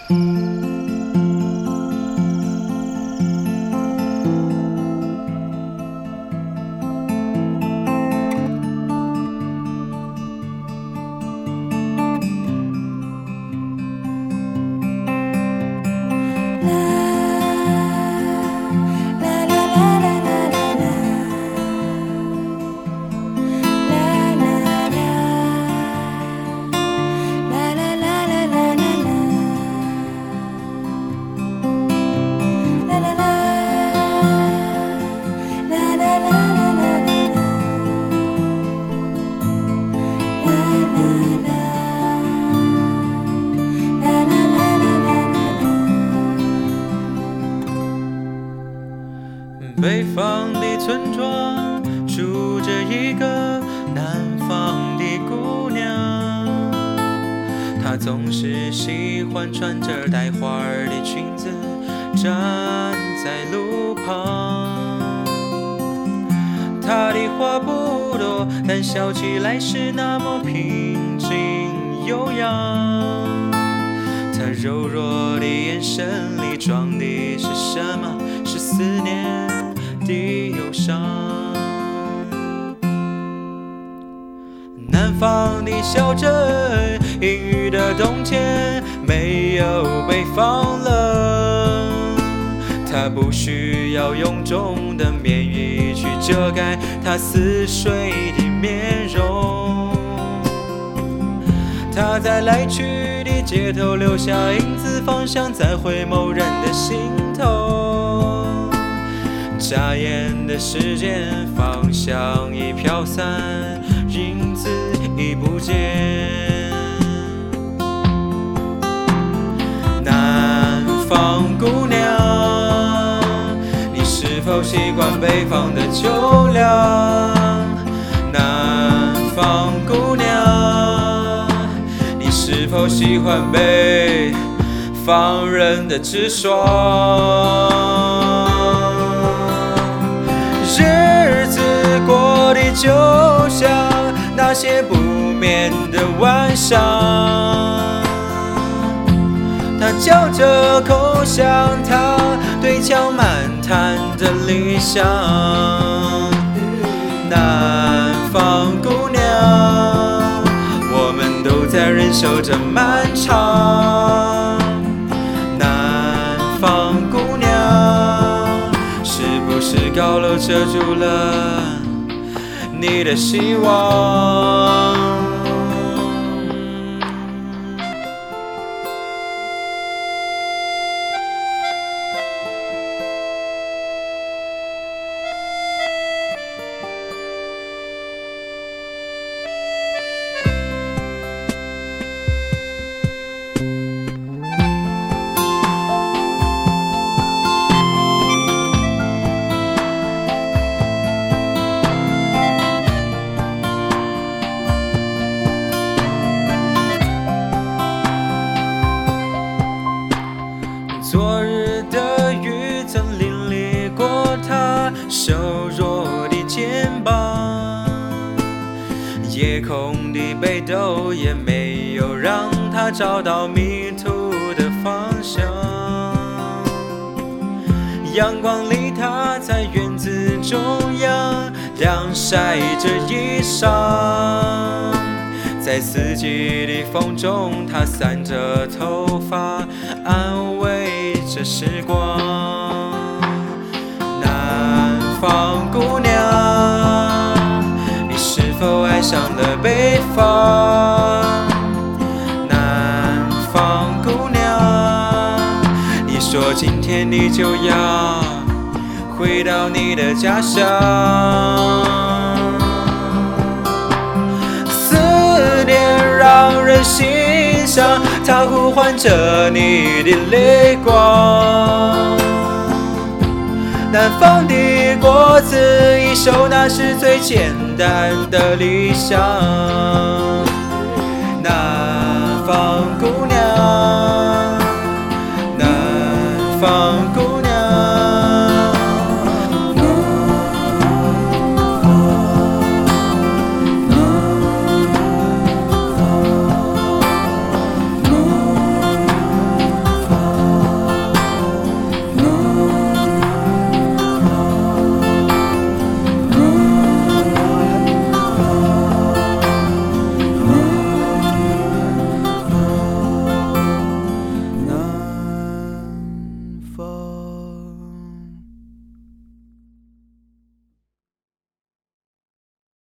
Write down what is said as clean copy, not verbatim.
北方的村庄住着一个南方的姑娘，她总是喜欢穿着带花的裙子站在路旁。她的话不多，但笑起来是那么平静悠扬。她柔弱的眼神里装的是什么？是思念的忧伤。南方的小镇，阴雨的冬天没有北方冷，它不需要臃肿的棉衣去遮盖它似水的面容。它在来去的街头留下影子，方向在回眸人的心头。眨眼的时间，方向已飘散，影子已不见。南方姑娘，你是否习惯北方的秋凉？南方姑娘，你是否喜欢北方人的直爽？日子过得就像那些不眠的晚上，他嚼着口香糖，对墙漫谈的理想。南方姑娘，我们都在忍受着漫长。南方姑娘，是不是高楼遮住了你的希望？昨日的雨曾淋漓过他瘦弱的肩膀，夜空的北斗也没有让他找到迷途的方向。阳光里他在院子中央晾晒着衣裳，在四季的风中他散着头发安慰着时光。南方姑娘，你是否爱上了北方？南方姑娘，你说今天你就要回到你的家乡。思念让人心伤，它呼唤着你的泪光。南方的果子一熟，那是最简单的理想。南